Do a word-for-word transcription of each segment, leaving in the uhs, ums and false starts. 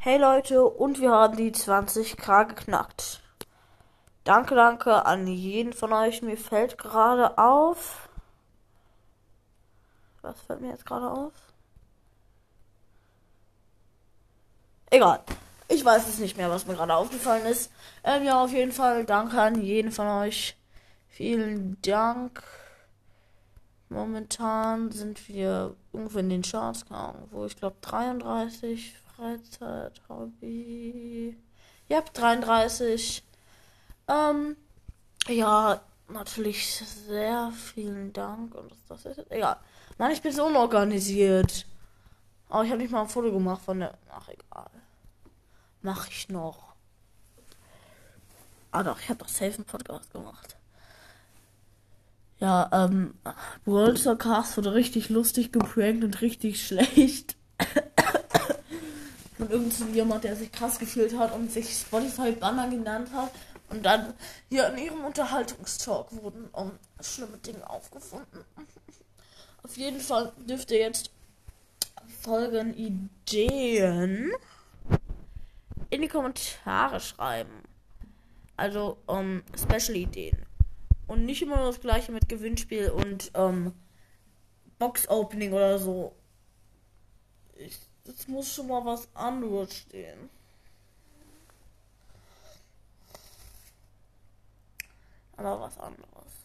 Hey Leute, und wir haben die zwanzig K geknackt. Danke, danke an jeden von euch. Mir fällt gerade auf. Was fällt mir jetzt gerade auf? Egal. Ich weiß es nicht mehr, was mir gerade aufgefallen ist. Ähm, ja, auf jeden Fall danke an jeden von euch. Vielen Dank. Momentan sind wir irgendwo in den Charts, keine Ahnung, wo ich glaube dreiunddreißig, Freizeit, Hobby. Ja, dreiunddreißig. Ähm, ja, natürlich sehr vielen Dank. Und das ist jetzt egal. Mann, ich bin so unorganisiert. Aber ich habe nicht mal ein Foto gemacht von der. Ach, egal. Mach ich noch. Ah doch, ich habe doch safe einen Podcast gemacht. Ja, ähm, World Cast wurde richtig lustig geprankt und richtig schlecht. Von irgendeinem jemand, der sich krass gefühlt hat und sich Spotify Banner genannt hat. Und dann hier in ihrem Unterhaltungstalk wurden um, schlimme Dinge aufgefunden. Auf jeden Fall dürft ihr jetzt folgende Ideen in die Kommentare schreiben. Also, um, Special-Ideen. Und nicht immer das gleiche mit Gewinnspiel und um, Box-Opening oder so. Ich, es muss schon mal was anderes stehen. Aber was anderes.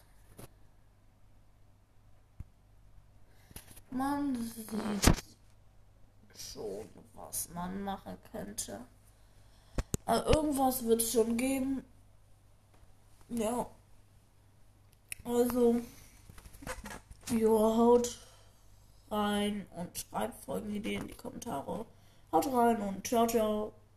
Man sieht schon, was man machen könnte. Aber irgendwas wird es schon geben. Ja. Also, ja, haut rein und schreibt folgende Ideen in die Kommentare. Haut rein und ciao, ciao.